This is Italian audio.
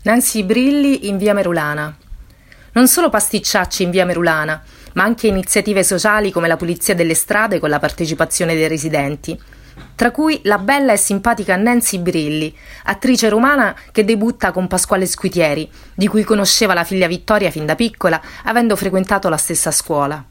Nancy Brilli in via Merulana. Non solo pasticciacci in via Merulana, ma anche iniziative sociali come la pulizia delle strade con la partecipazione dei residenti, tra cui la bella e simpatica Nancy Brilli, attrice romana che debutta con Pasquale Squitieri, di cui conosceva la figlia Vittoria fin da piccola, avendo frequentato la stessa scuola.